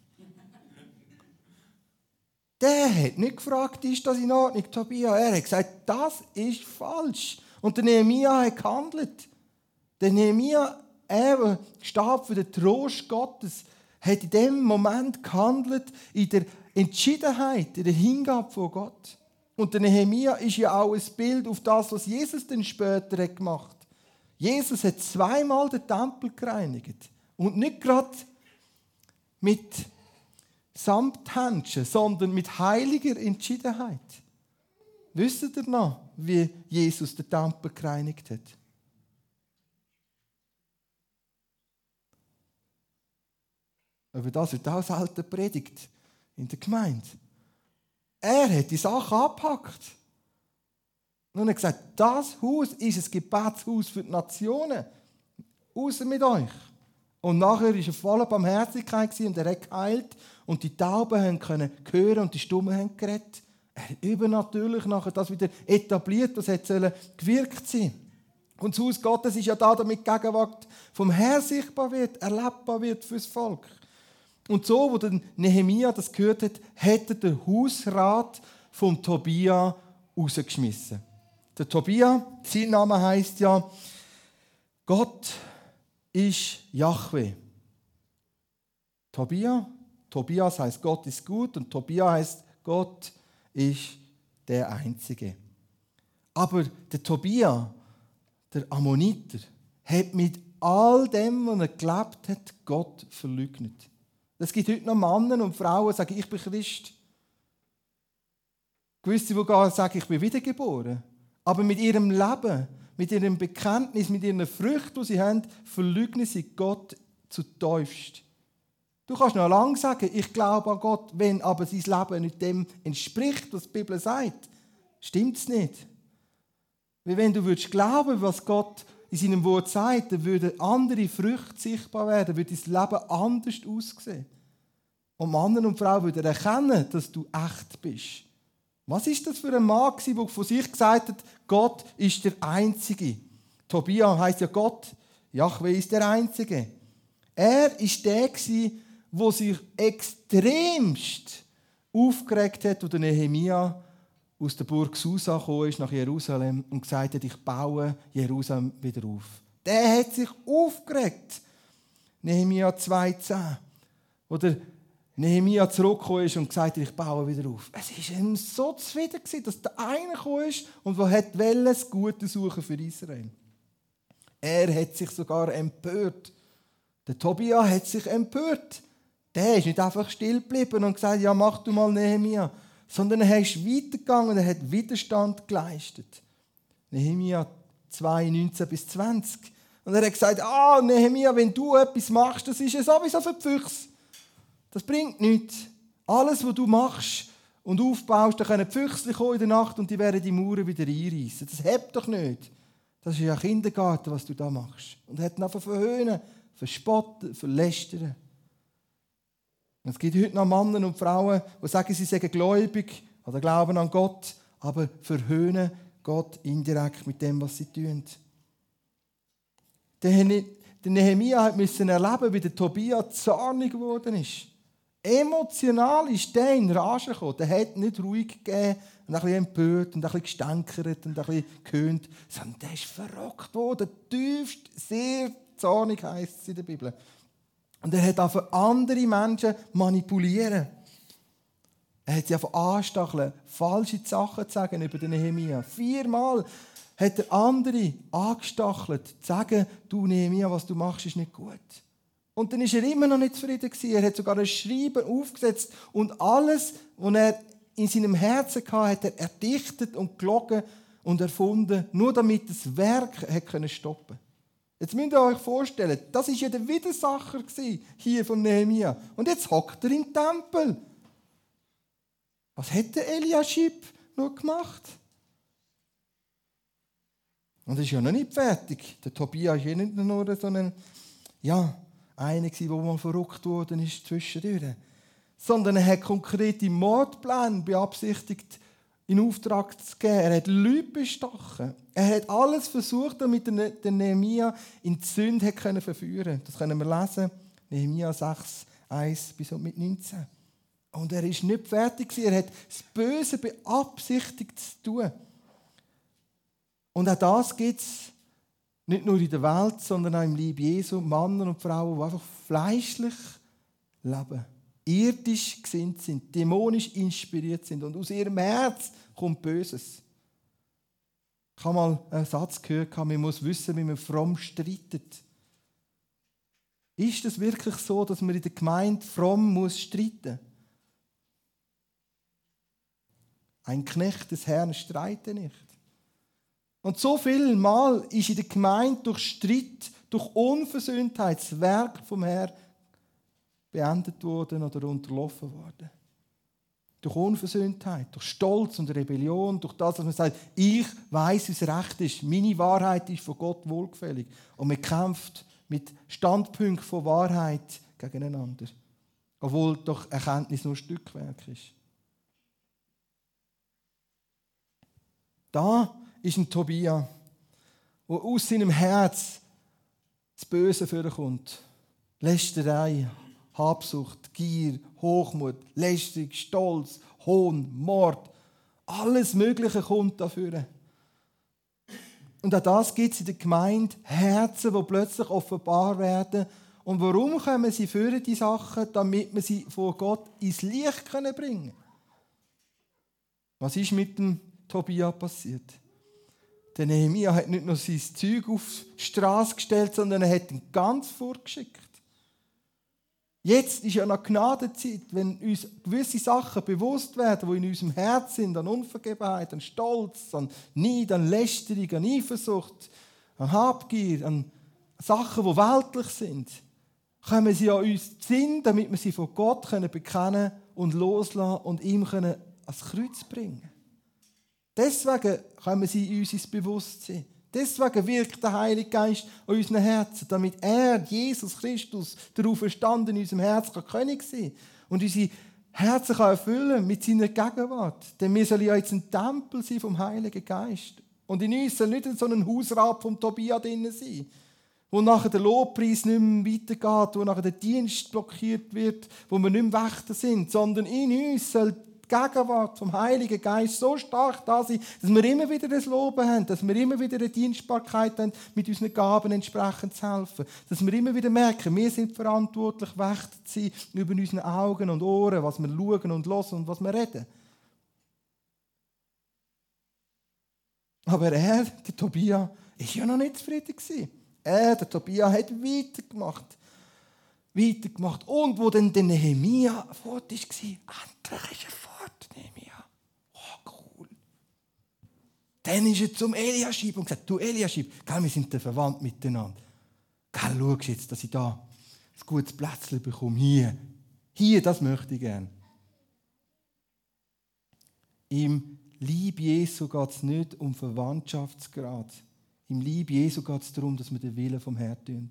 A: Der hat nicht gefragt, ist das in Ordnung, Tobia? Er hat gesagt, das ist falsch. Und der Nehemia hat gehandelt. Der Nehemia, der starb für den Trost Gottes, hat in dem Moment gehandelt, in der Entschiedenheit, in der Hingabe von Gott. Und der Nehemia ist ja auch ein Bild auf das, was Jesus dann später hat gemacht hat. Jesus hat zweimal den Tempel gereinigt. Und nicht gerade mit Samthändchen, sondern mit heiliger Entschiedenheit. Wisst ihr noch, wie Jesus den Tempel gereinigt hat? Über das wird auch selten predigt in der Gemeinde. Er hat die Sache angepackt. Und er hat gesagt, das Haus ist ein Gebetshaus für die Nationen. Raus mit euch. Und nachher war er voller Barmherzigkeit und er hat geheilt. Und die Tauben können hören und die Stummen haben geredet. Er hat übernatürlich nachher das wieder etabliert, was hätte gewirkt sein. Und das Haus Gottes ist ja da, damit die Gegenwart vom Herrn sichtbar wird, erlebbar wird fürs Volk. Und so, wo der Nehemia das gehört hat, hat er den Hausrat vom Tobia rausgeschmissen. Der Tobia, sein Name heisst ja, Gott ist Jahwe. Tobias heisst Gott ist gut und Tobia heisst Gott ist der Einzige. Aber der Tobia, der Ammoniter, hat mit all dem, was er gelebt hat, Gott verleugnet. Es gibt heute noch Männer und Frauen, die sagen, ich bin Christ. Gewisse, die gar sagen, ich bin wiedergeboren. Aber mit ihrem Leben, mit ihrem Bekenntnis, mit ihren Früchten, die sie haben, verleugnen sie Gott zu tiefst. Du kannst noch lange sagen, ich glaube an Gott, wenn aber sein Leben nicht dem entspricht, was die Bibel sagt, stimmt es nicht. Weil wenn du glauben, was Gott in seinem Wort sagt, dann würden andere Früchte sichtbar werden, würde dein Leben anders aussehen. Und Männer und Frauen würden erkennen, dass du echt bist. Was ist das für ein Mann, der von sich gesagt hat, Gott ist der Einzige? Tobia heisst ja Gott, Jahwe ist der Einzige. Er war der, der sich extremst aufgeregt hat, als Nehemia aus der Burg Susa gekommen ist nach Jerusalem und gesagt hat, ich baue Jerusalem wieder auf. Der hat sich aufgeregt. Nehemia 2,10. Oder Nehemia zurückgekommen ist und gesagt hat, ich baue wieder auf. Es war ihm so zufrieden, dass der eine gekommen ist und der das Gute suchen für Israel. Er hat sich sogar empört, Der Tobia hat sich empört. Der ist nicht einfach still geblieben und gesagt, ja, mach du mal Nehemia. Sondern er ist weitergegangen und er hat Widerstand geleistet. Nehemia 2, 19 bis 20. Und er hat gesagt, Nehemia, wenn du etwas machst, das ist ja sowieso für die Füchse. Das bringt nichts. Alles, was du machst und aufbaust, da können die Füchse kommen in der Nacht und die werden die Mauern wieder einreißen. Das hebt doch nicht. Das ist ja Kindergarten, was du da machst. Und er hat ihn einfach verhöhnen, verspotten, verlästern. Es gibt heute noch Männer und Frauen, die sagen, sie seien gläubig oder glauben an Gott, aber verhöhnen Gott indirekt mit dem, was sie tun. Der Nehemia musste erleben, wie der Tobia zornig geworden ist. Emotional ist der in Rage gekommen. Der hat nicht ruhig gegeben und ein bisschen empört und ein bisschen gestänkert und ein bisschen gehöhnt, sondern der ist verrückt worden. Tiefst, sehr zornig heisst es in der Bibel. Und er hat auch andere Menschen manipulieren. Er hat sie einfach anstacheln, falsche Sachen zu sagen über den Nehemia. 4-mal hat er andere angestachelt, zu sagen, du Nehemia, was du machst, ist nicht gut. Und dann war er immer noch nicht zufrieden. Er hat sogar ein Schreiben aufgesetzt und alles, was er in seinem Herzen hatte, hat er erdichtet und gelogen und erfunden, nur damit das Werk stoppen konnte. Jetzt müsst ihr euch vorstellen, das war ja der Widersacher hier von Nehemia. Und jetzt hockt er im Tempel. Was hat der Eliaschib noch gemacht? Und er ist ja noch nicht fertig. Der Tobia war ja nicht nur so ein, einer, der mal verrückt worden ist zwischendurch. Sondern er hat konkrete Mordpläne beabsichtigt, in Auftrag zu geben. Er hat Leute bestochen. Er hat alles versucht, damit er Nehemia in die Sünde verführen konnte. Das können wir lesen. Nehemia 6, 1 bis 19. Und er ist nicht fertig. Er hat das Böse beabsichtigt zu tun. Und auch das gibt es nicht nur in der Welt, sondern auch im Leib Jesu. Männer und Frauen, die einfach fleischlich leben. Irdisch gesinnt sind, dämonisch inspiriert sind und aus ihrem Herz kommt Böses. Ich habe mal einen Satz gehört, man muss wissen, wie man fromm streitet. Ist es wirklich so, dass man in der Gemeinde fromm muss streiten? Ein Knecht des Herrn streite nicht. Und so viel Mal ist in der Gemeinde durch Streit, durch Unversöhntheit das Werk vom Herrn beendet worden oder unterlaufen worden. Durch Unversöhntheit, durch Stolz und Rebellion, durch das, dass man sagt, ich weiss, wie es recht ist, meine Wahrheit ist von Gott wohlgefällig. Und man kämpft mit Standpunkten von Wahrheit gegeneinander. Obwohl doch Erkenntnis nur Stückwerk ist. Da ist ein Tobia, der aus seinem Herz das Böse vorkommt. Lästerei, Habsucht, Gier, Hochmut, Lästerung, Stolz, Hohn, Mord. Alles Mögliche kommt dafür. Und auch das gibt es in der Gemeinde. Herzen, die plötzlich offenbar werden. Und warum kommen sie für die Sachen? Damit wir sie vor Gott ins Licht bringen können. Was ist mit dem Tobia passiert? Der Nehemia hat nicht nur sein Zeug auf die Straße gestellt, sondern er hat ihn ganz vorgeschickt. Jetzt ist ja noch Gnadenzeit, wenn uns gewisse Sachen bewusst werden, die in unserem Herz sind, an Unvergebenheit, an Stolz, an Neid, an Lästerung, an Eifersucht, an Habgier, an Sachen, die weltlich sind, können sie an uns Sinn, damit wir sie von Gott bekennen und loslassen und ihm ans Kreuz bringen. Deswegen kommen sie in uns ins Bewusstsein. Deswegen wirkt der Heilige Geist an unseren Herzen, damit er, Jesus Christus, der Auferstandene in unserem Herzen König sein kann und unsere Herzen erfüllen mit seiner Gegenwart. Denn wir sollen ja jetzt ein Tempel sein vom Heiligen Geist. Und in uns soll nicht so ein Hausrat vom Tobia drin sein, wo nachher der Lobpreis nicht mehr weitergeht, wo nachher der Dienst blockiert wird, wo wir nicht mehr Wächter sind, sondern in uns soll die Gegenwart vom Heiligen Geist so stark da sein, dass wir immer wieder das Loben haben, dass wir immer wieder eine Dienstbarkeit haben, mit unseren Gaben entsprechend zu helfen. Dass wir immer wieder merken, wir sind verantwortlich, Wächter zu sein über unsere Augen und Ohren, was wir schauen und hören und was wir reden. Aber der Tobia, war ja noch nicht zufrieden. Der Tobia hat weitergemacht. weitergemacht. Und wo dann der Nehemia fort war, endlich ist er fort, Nehemia. Oh, cool. Dann ist er zum Eliaschib und gesagt, du Eliaschib, wir sind verwandt miteinander. Schau jetzt, dass ich da ein gutes Plätzchen bekomme. Hier, das möchte ich gerne. Im Lieb Jesu geht es nicht um Verwandtschaftsgrad. Im Lieb Jesu geht es darum, dass wir den Willen vom Herrn tun.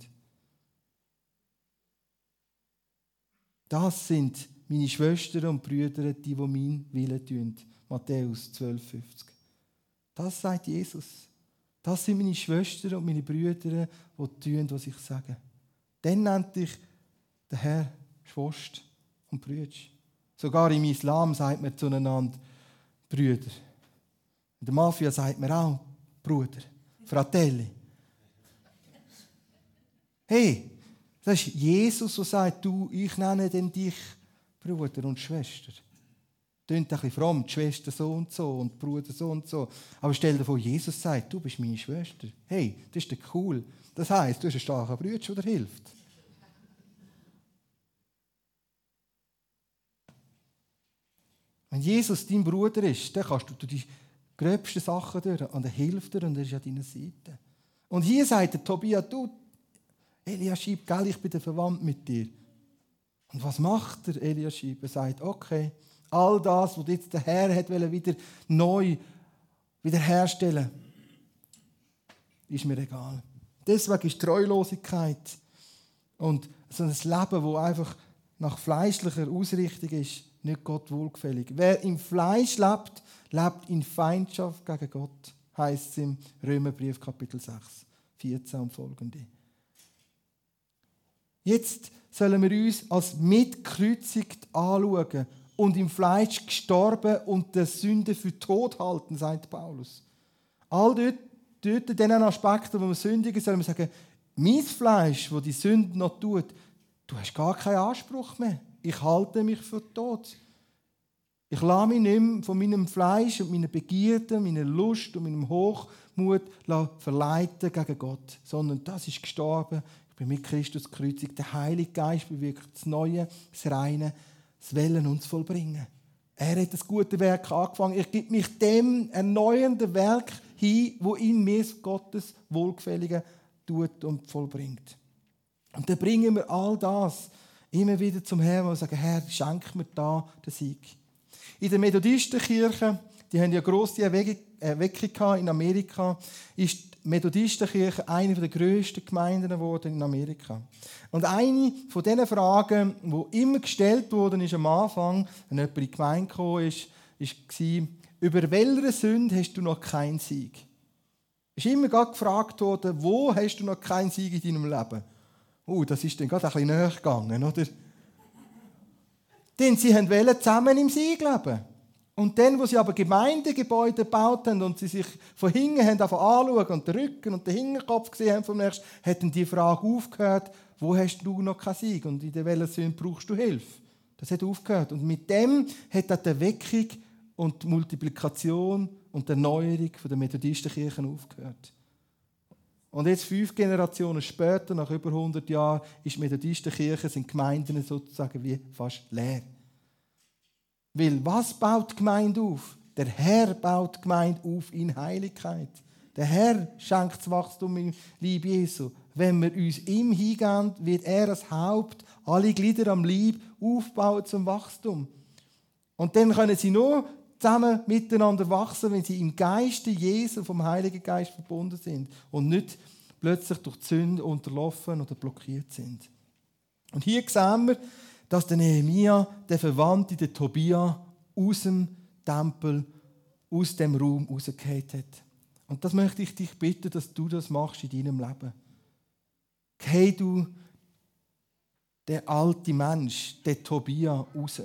A: Das sind meine Schwestern und Brüder, die meinen Willen tun. Matthäus 12,50. Das sagt Jesus. Das sind meine Schwestern und meine Brüder, die tun, was ich sage. Dann nennt dich der Herr Schwester und Brüder. Sogar im Islam sagt man zueinander Brüder. In der Mafia sagt man auch Bruder, Fratelli. Hey, das ist Jesus, der sagt, du, ich nenne denn dich Bruder und Schwester. Klingt ein bisschen fromm, die Schwester so und so und Bruder so und so. Aber stell dir vor, Jesus sagt, du bist meine Schwester. Hey, das ist doch cool. Das heisst, du hast einen starken Bruder, der dir hilft. Wenn Jesus dein Bruder ist, dann kannst du die gröbsten Sachen durch und er hilft dir und er ist an deiner Seite. Und hier sagt der Tobia, du, Eliaschib, gell, ich bin verwandt mit dir. Und was macht der Eliaschib? Er sagt, okay, all das, was jetzt der Herr hat wieder neu wiederherstellen, ist mir egal. Deswegen ist Treulosigkeit und so ein Leben, das einfach nach fleischlicher Ausrichtung ist, nicht Gott wohlgefällig. Wer im Fleisch lebt, lebt in Feindschaft gegen Gott, heisst es im Römerbrief Kapitel 6, 14 und folgende. Jetzt sollen wir uns als mitkreuzigt anschauen und im Fleisch gestorben und der Sünde für tot halten, sagt Paulus. All dort in diesen Aspekten, wo wir sündigen, sollen wir sagen, mein Fleisch, das die Sünde noch tut, du hast gar keinen Anspruch mehr. Ich halte mich für tot. Ich lasse mich nicht mehr von meinem Fleisch und meiner Begierde, meiner Lust und meinem Hochmut verleiten gegen Gott. Sondern das ist gestorben. Ich bin mit Christus gekreuzigt. Der Heilige Geist bewirkt das Neue, das Reine, das Wollen und das Vollbringen. Er hat das gute Werk angefangen. Ich gebe mich dem erneuernden Werk hin, wo in mir Gottes Wohlgefällige tut und vollbringt. Und dann bringen wir all das immer wieder zum Herrn und sagen, Herr, schenk mir da den Sieg. In der Methodistenkirche, die haben ja grosse Erweckung in Amerika, ist die Methodistenkirche eine der grössten Gemeinden geworden in Amerika. Und eine von diesen Fragen, die immer gestellt wurden, ist am Anfang, wenn jemand in die Gemeinde kam, war, über welche Sünde hast du noch keinen Sieg? Es ist immer gefragt worden, wo hast du noch keinen Sieg in deinem Leben? Das ist dann gerade ein bisschen näher gegangen, oder? Denn sie wollten zusammen im Sieg leben. Und dann, wo sie aber Gemeindegebäude gebaut haben und sie sich von hinten anschauen und den Rücken und den Hinterkopf gesehen haben vom Nächsten, hat dann die Frage aufgehört, wo hast du noch keinen Sieg und in welcher Sünde brauchst du Hilfe? Das hat aufgehört. Und mit dem hat dann die Erweckung und die Multiplikation und die Erneuerung der Methodistenkirchen aufgehört. Und jetzt 5 Generationen später, nach über 100 Jahren, ist die Methodistenkirche, sind Gemeinden sozusagen wie fast leer. Weil was baut die Gemeinde auf? Der Herr baut die Gemeinde auf in Heiligkeit. Der Herr schenkt das Wachstum im Leib Jesu. Wenn wir uns ihm hingeben, wird er das Haupt, alle Glieder am Leib aufbauen zum Wachstum. Und dann können sie nur zusammen miteinander wachsen, wenn sie im Geiste Jesu vom Heiligen Geist verbunden sind und nicht plötzlich durch die Sünde unterlaufen oder blockiert sind. Und hier sehen wir, dass der Nehemia, der Verwandte, der Tobia, aus dem Tempel, aus dem Raum rausgefallen hat. Und das möchte ich dich bitten, dass du das machst in deinem Leben. Geh du, der alte Mensch, der Tobia, raus.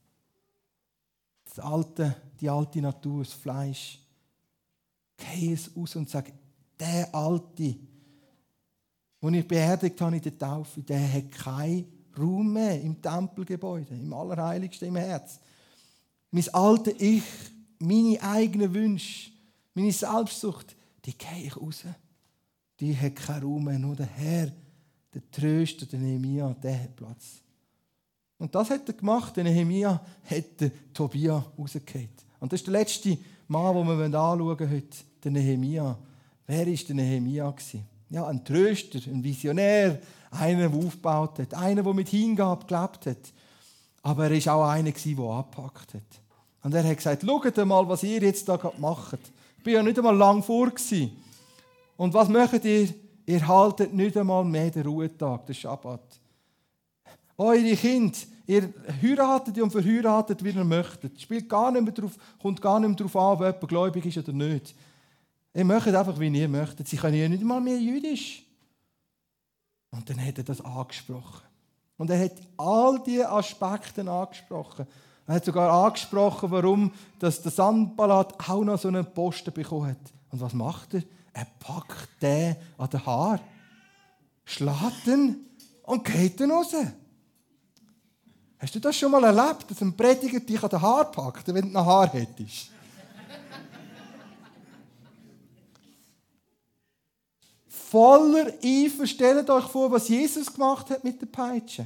A: Die alte Natur, das Fleisch. Geh es aus und sag, der Alte, den ich beerdigt habe in der Taufe, der hat keinen Raum mehr im Tempelgebäude, im Allerheiligsten im Herz. Mein altes Ich, meine eigenen Wünsche, meine Selbstsucht, die gehe ich raus. Die hat keinen Raum mehr, nur der Herr, Der Tröster, der Nehemia, der hat Platz. Und das hat er gemacht. Der Nehemia hat den Tobia rausgehauen. Und das ist der letzte Mann, den wir anschauen heute, der Nehemia. Wer war der Nehemia? Ja, ein Tröster, ein Visionär, einer, der aufgebaut hat, einer, der mit Hingabe gelebt hat. Aber er war auch einer, der angepackt hat. Und er hat gesagt, schaut mal, was ihr jetzt hier macht. Ich war ja nicht einmal lang vor. Und was macht ihr? Ihr haltet nicht einmal mehr den Ruhetag, den Schabbat. Eure Kinder, ihr heiratet und verheiratet, wie ihr möchtet. Kommt gar nicht mehr darauf an, ob jemand gläubig ist oder nicht. Ihr macht einfach, wie ihr möchtet. Sie können ja nicht einmal mehr Jüdisch. Und dann hat er das angesprochen. Und er hat all diese Aspekte angesprochen. Er hat sogar angesprochen, warum der Sanballat auch noch so einen Posten bekommen hat. Und was macht er? Er packt den an den Haar, schlägt ihn und geht ihn raus. Hast du das schon mal erlebt, dass ein Prediger dich an den Haar packt, wenn du ein Haar hättest? Voller Eifer, stellt euch vor, was Jesus gemacht hat mit der Peitsche.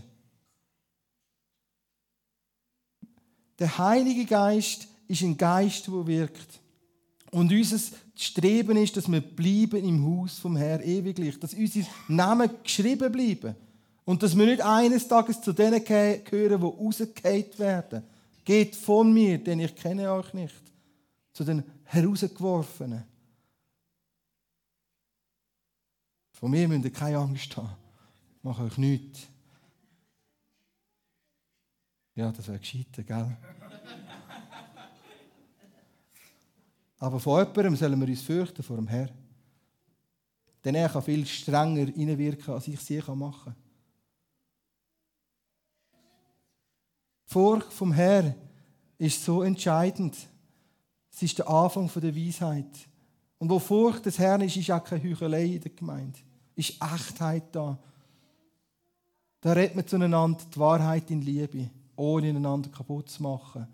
A: Der Heilige Geist ist ein Geist, der wirkt. Und unser Streben ist, dass wir bleiben im Haus vom Herrn ewiglich. Dass unsere Namen geschrieben bleiben. Und dass wir nicht eines Tages zu denen gehören, die rausgefallen werden. Geht von mir, denn ich kenne euch nicht. Zu den Herausgeworfenen. Von mir müsst ihr keine Angst haben. Ich mache euch nichts. Ja, das wäre gescheiter, gell? Aber von jemandem sollen wir uns fürchten, vor dem Herrn. Denn er kann viel strenger hineinwirken, als ich sie machen kann. Die Furcht vom Herrn ist so entscheidend. Es ist der Anfang der Weisheit. Und wo Furcht des Herrn ist auch keine Heuchelei in der Gemeinde. Ist Echtheit da. Da redet man zueinander die Wahrheit in Liebe, ohne einander kaputt zu machen.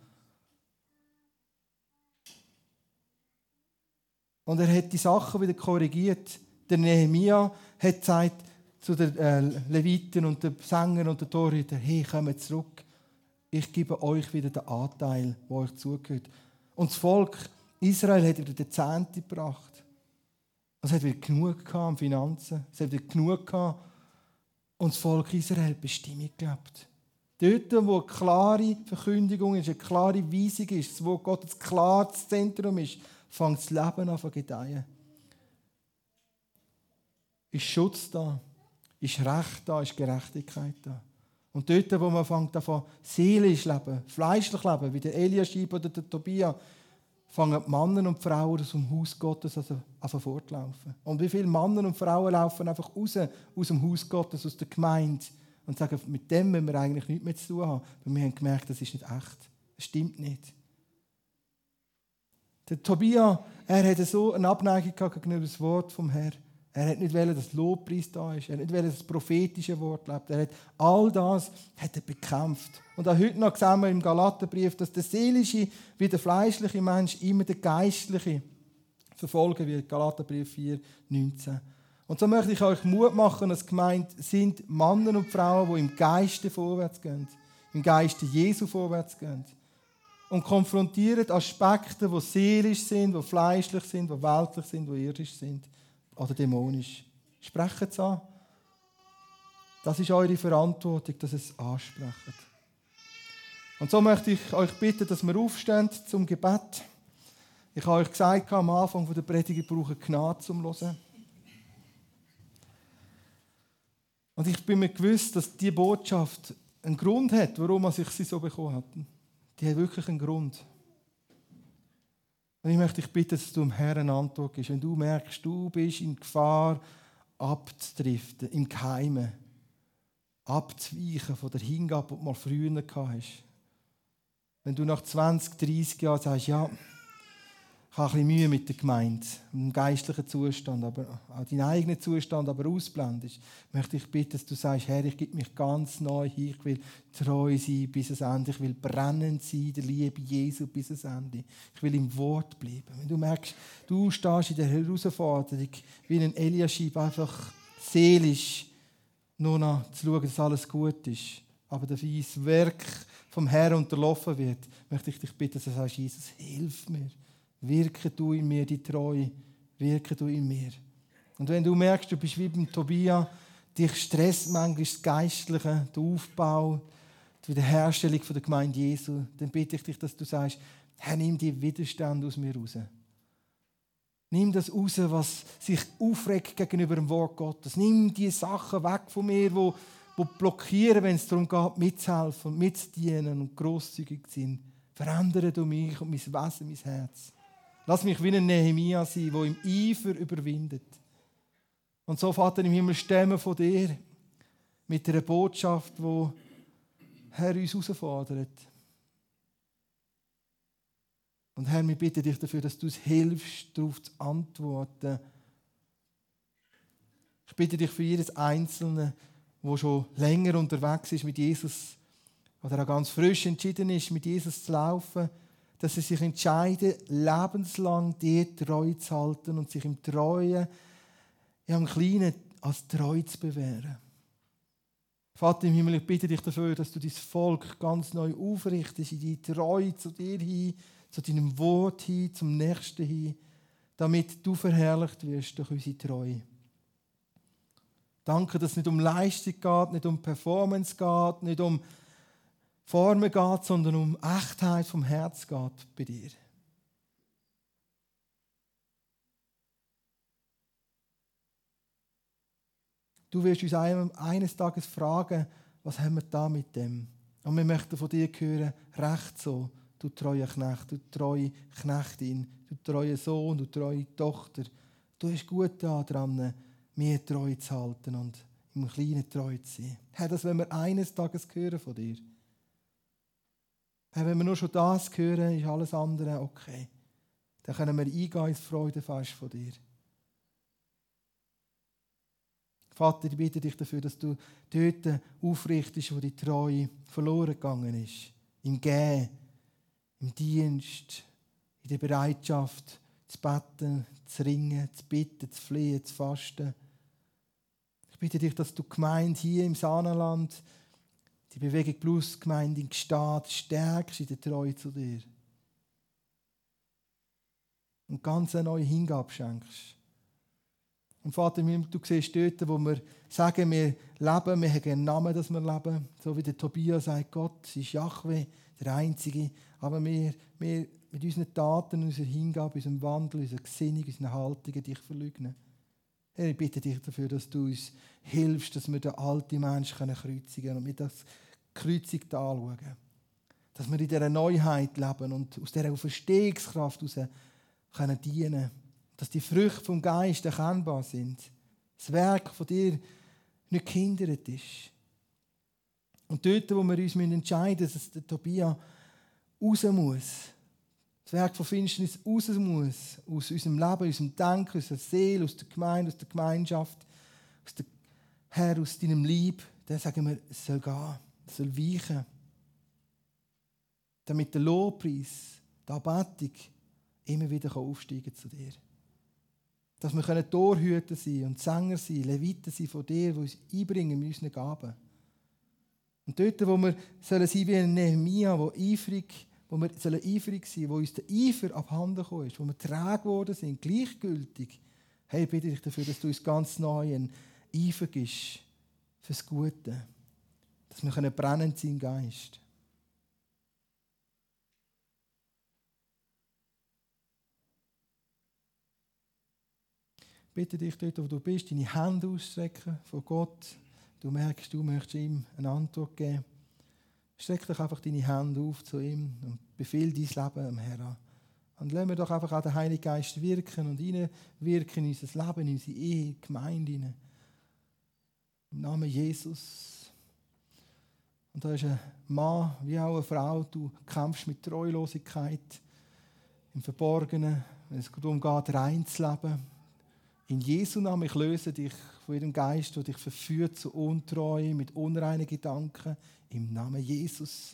A: Und er hat die Sachen wieder korrigiert. Der Nehemia hat gesagt zu den Leviten und den Sängern und den Torhütern, hey, kommt zurück. Ich gebe euch wieder den Anteil, der euch zugehört. Und das Volk Israel hat wieder den Zehnten gebracht. Es hat wieder genug an Finanzen. Es hat wieder genug gehabt. Und das Volk Israel hat Bestimmung gelebt. Dort, wo eine klare Verkündigung ist, eine klare Weisung ist, wo Gott ein klares Zentrum ist, fängt das Leben an zu gedeihen. Ist Schutz da, ist Recht da, ist Gerechtigkeit da. Und dort, wo man fängt an seelisch leben, fleischlich leben, wie der Eliaschib oder der Tobia, fangen die Männer und die Frauen aus dem Haus Gottes an fortlaufen. Und wie viele Männer und Frauen laufen einfach raus aus dem Haus Gottes, aus der Gemeinde und sagen, mit dem müssen wir eigentlich nichts mehr zu tun haben. Weil wir haben gemerkt, das ist nicht echt. Das stimmt nicht. Der Tobia, er hatte so eine Abneigung gegenüber das Wort vom Herrn. Er hat nicht wollen, dass Lobpreis da ist. Er hat nicht wollen, dass das prophetische Wort lebt. Er hat all das bekämpft. Und auch heute noch sehen wir im Galaterbrief, dass der seelische wie der fleischliche Mensch immer der geistliche verfolgen wird. Galaterbrief 4, 19. Und so möchte ich euch Mut machen, dass gemeint sind Männer und Frauen, die im Geiste vorwärts gehen. Im Geiste Jesu vorwärts gehen. Und konfrontieren Aspekte, die seelisch sind, die fleischlich sind, die weltlich sind, die irdisch sind. Oder dämonisch. Sprecht es an. Das ist eure Verantwortung, dass ihr es ansprecht. Und so möchte ich euch bitten, dass wir aufstehen zum Gebet. Ich habe euch gesagt, am Anfang der Predigt brauche Gnade zum Hören. Und ich bin mir gewiss, dass diese Botschaft einen Grund hat, warum ich sie so bekommen habe. Die hat wirklich einen Grund. Und ich möchte dich bitten, dass du dem Herrn eine Antwort gibst. Wenn du merkst, du bist in Gefahr, abzudriften, im Geheimen, abzuweichen von der Hingabe, die du mal früher gehabt hast. Wenn du nach 20, 30 Jahren sagst, ja, ich habe ein bisschen Mühe mit der Gemeinde, im geistlichen Zustand, aber auch deinen eigenen Zustand, aber ausblendest, möchte ich bitten, dass du sagst, Herr, ich gebe mich ganz neu hin, ich will treu sein bis ans Ende, ich will brennend sein, der Liebe Jesu bis ans Ende. Ich will im Wort bleiben. Wenn du merkst, du stehst in der Herausforderung, wie ein Eliaschib, einfach seelisch nur noch zu schauen, dass alles gut ist, aber dabei das Werk vom Herrn unterlaufen wird, möchte ich dich bitten, dass du sagst, Jesus, hilf mir. Wirke du in mir die Treue. Wirke du in mir. Und wenn du merkst, du bist wie beim Tobia, dich stresst manchmal das Geistliche, der Aufbau, die Wiederherstellung der Gemeinde Jesu, dann bitte ich dich, dass du sagst, Herr, nimm die Widerstand aus mir raus. Nimm das raus, was sich aufregt gegenüber dem Wort Gottes. Nimm die Sachen weg von mir, die blockieren, wenn es darum geht, mitzuhelfen und mitzudienen und grosszügig zu sein. Verändere du mich und mein Wesen, mein Herz. Lass mich wie ein Nehemia sein, der im Eifer überwindet. Und so, Vater im Himmel, stemmen von dir mit einer Botschaft, die Herr uns herausfordert. Und Herr, wir bitten dich dafür, dass du uns hilfst, darauf zu antworten. Ich bitte dich für jedes Einzelne, der schon länger unterwegs ist mit Jesus oder auch ganz frisch entschieden ist, mit Jesus zu laufen, dass sie sich entscheiden, lebenslang dir treu zu halten und sich im Treuen, im Kleinen als treu zu bewähren. Vater im Himmel, ich bitte dich dafür, dass du dein Volk ganz neu aufrichtest, in die Treue zu dir hin, zu deinem Wort hin, zum Nächsten hin, damit du verherrlicht wirst durch unsere Treue. Danke, dass es nicht um Leistung geht, nicht um Performance geht, nicht um Formen geht, sondern um Echtheit vom Herz geht bei dir. Du wirst uns eines Tages fragen, was haben wir da mit dem? Und wir möchten von dir hören, recht so, du treuer Knecht, du treue Knechtin, du treue Sohn, du treue Tochter. Du hast gut daran, mir treu zu halten und im Kleinen treu zu sein. Herr, das wollen wir eines Tages hören von dir. Herr, wenn wir nur schon das hören, ist alles andere okay. Dann können wir eingehen ins Freudenfest von dir. Vater, ich bitte dich dafür, dass du dort aufrichtest, wo die Treue verloren gegangen ist. Im Gehen, im Dienst, in der Bereitschaft, zu beten, zu ringen, zu bitten, zu flehen, zu fasten. Ich bitte dich, dass du die Gemeinde hier im Saanenland, die Bewegung Plus Gemeinde in Gstaad, stärkst in der Treue zu dir. Und ganz eine neue Hingabe schenkst. Und Vater, du siehst dort, wo wir sagen, wir leben, wir haben einen Namen, dass wir leben. So wie der Tobias sagt, Gott ist Jahwe, der Einzige. Aber wir mit unseren Taten, unserer Hingabe, unserem Wandel, unserer Gesinnung, unseren Haltungen dich verleugnen. Herr, ich bitte dich dafür, dass du uns hilfst, dass wir den alten Menschen kreuzigen können und mit das gekreuzigt anschauen. Dass wir in dieser Neuheit leben und aus dieser Auferstehungskraft heraus dienen können. Dass die Früchte vom Geist erkennbar sind. Das Werk von dir nicht gehindert ist. Und dort, wo wir uns entscheiden müssen, dass der Tobia raus muss, das Werk von Finsternis raus muss, aus unserem Leben, aus unserem Denken, aus der Seele, aus der Gemeinde, aus der Gemeinschaft, aus deinem Lieb, dann sagen wir, es soll gehen, es soll weichen. Damit der Lobpreis, die Anbetung immer wieder aufsteigen zu dir. Dass wir Torhüter sein und Sänger sein, Leviten sein von dir, die uns einbringen mit unseren Gaben. Und dort, wo wir sein wie ein Nehemia, wo wir eifrig sein, wo uns der Eifer abhanden gekommen ist, wo wir träge geworden sind, gleichgültig. Hey, bitte dich dafür, dass du uns ganz neu einen Eifer gibst fürs Gute. Dass wir brennend sein im Geist. Bitte dich dort, wo du bist, deine Hände ausstrecken von Gott. Du merkst, du möchtest ihm eine Antwort geben. Streck doch einfach deine Hände auf zu ihm und befehl dein Leben dem Herrn an. Und lassen wir doch einfach auch den Heiligen Geist wirken und hineinwirken in unser Leben, in unsere Ehe, in die Gemeinde hinein. Im Namen Jesus. Und da ist ein Mann wie auch eine Frau, du kämpfst mit Treulosigkeit im Verborgenen, wenn es darum geht, rein zu leben. In Jesu Namen, ich löse dich von jedem Geist, der dich verführt zu Untreue, mit unreinen Gedanken. Im Namen Jesus.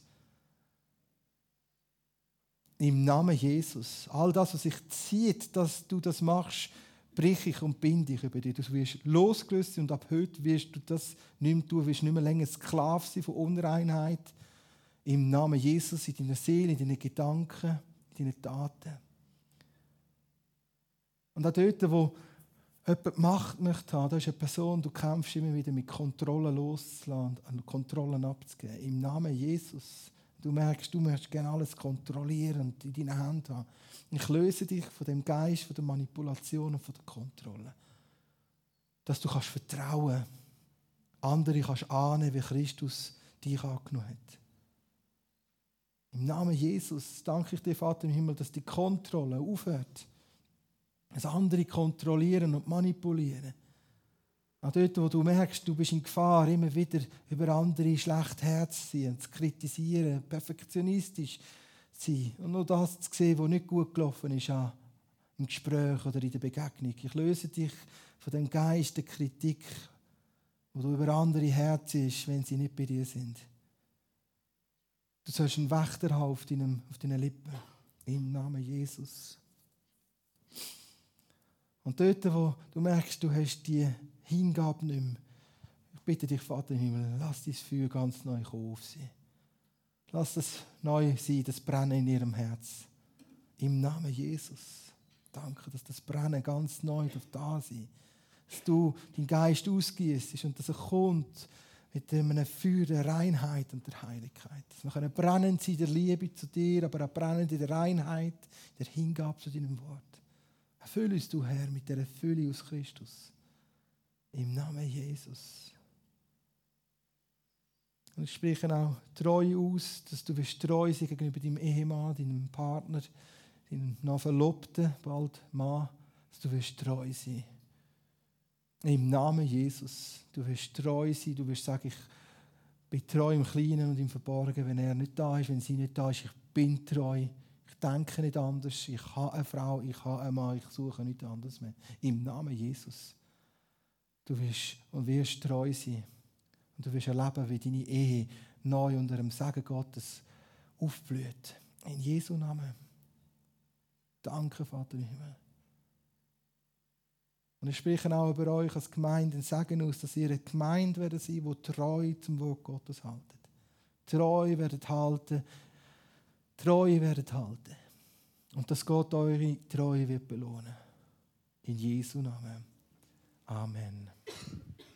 A: Im Namen Jesus. All das, was sich zieht, dass du das machst, brich ich und binde ich über dich. Du wirst losgelöst sein und ab heute wirst du das nicht mehr tun, wirst nicht mehr länger Sklave sein von Unreinheit. Im Namen Jesus, in deiner Seele, in deinen Gedanken, in deinen Taten. Und auch dort, wo jemand Macht möchte haben, da ist eine Person, du kämpfst immer wieder mit Kontrollen loszulassen und Kontrollen abzugeben. Im Namen Jesus. Du merkst, du möchtest gerne alles kontrollieren und in deinen Händen haben. Ich löse dich von dem Geist, von der Manipulation und von der Kontrolle. Dass du kannst vertrauen, andere kannst annehmen, wie Christus dich angenommen hat. Im Namen Jesus danke ich dir, Vater im Himmel, dass die Kontrolle aufhört. Dass andere kontrollieren und manipulieren. Auch dort, wo du merkst, du bist in Gefahr, immer wieder über andere schlecht Herz zu sein, zu kritisieren, perfektionistisch zu sein und nur das zu sehen, was nicht gut gelaufen ist im Gespräch oder in der Begegnung. Ich löse dich von dem Geist der Kritik, wo du über andere Herz ist, wenn sie nicht bei dir sind. Du sollst einen Wächter haben auf deinen Lippen. Im Namen Jesus. Und dort, wo du merkst, du hast die Hingabe nicht mehr, ich bitte dich, Vater im Himmel, lass dein Feuer ganz neu auf sie. Lass es neu sein, das Brennen in ihrem Herz. Im Namen Jesus. Danke, dass das Brennen ganz neu da sein. Dass du deinen Geist ausgießt und dass er kommt mit einem Feuer der Reinheit und der Heiligkeit. Dass wir brennen in der Liebe zu dir, aber auch brennen in der Reinheit, der Hingabe zu deinem Wort. Erfülle uns, du Herr, mit der Fülle aus Christus. Im Namen Jesus. Und ich spreche auch treu aus, dass du treu sein gegenüber deinem Ehemann, deinem Partner, deinem noch Verlobten, bald Mann, dass du treu sein. Im Namen Jesus. Du wirst treu sein, du wirst sagen, ich bin treu im Kleinen und im Verborgenen, wenn er nicht da ist, wenn sie nicht da ist, ich bin treu. Ich denke nicht anders. Ich habe eine Frau, ich habe einen Mann, ich suche nichts anderes mehr. Im Namen Jesus. Du wirst treu sein. Und du wirst erleben, wie deine Ehe neu unter dem Segen Gottes aufblüht. In Jesu Namen. Danke, Vater im Himmel. Und ich spreche auch über euch als Gemeinde und sage aus, dass ihr eine Gemeinde werdet sein, die treu zum Wort Gottes haltet. Treu werdet halten. Treu werdet halten. Und dass Gott eure Treue wird belohnen. In Jesu Namen. Amen.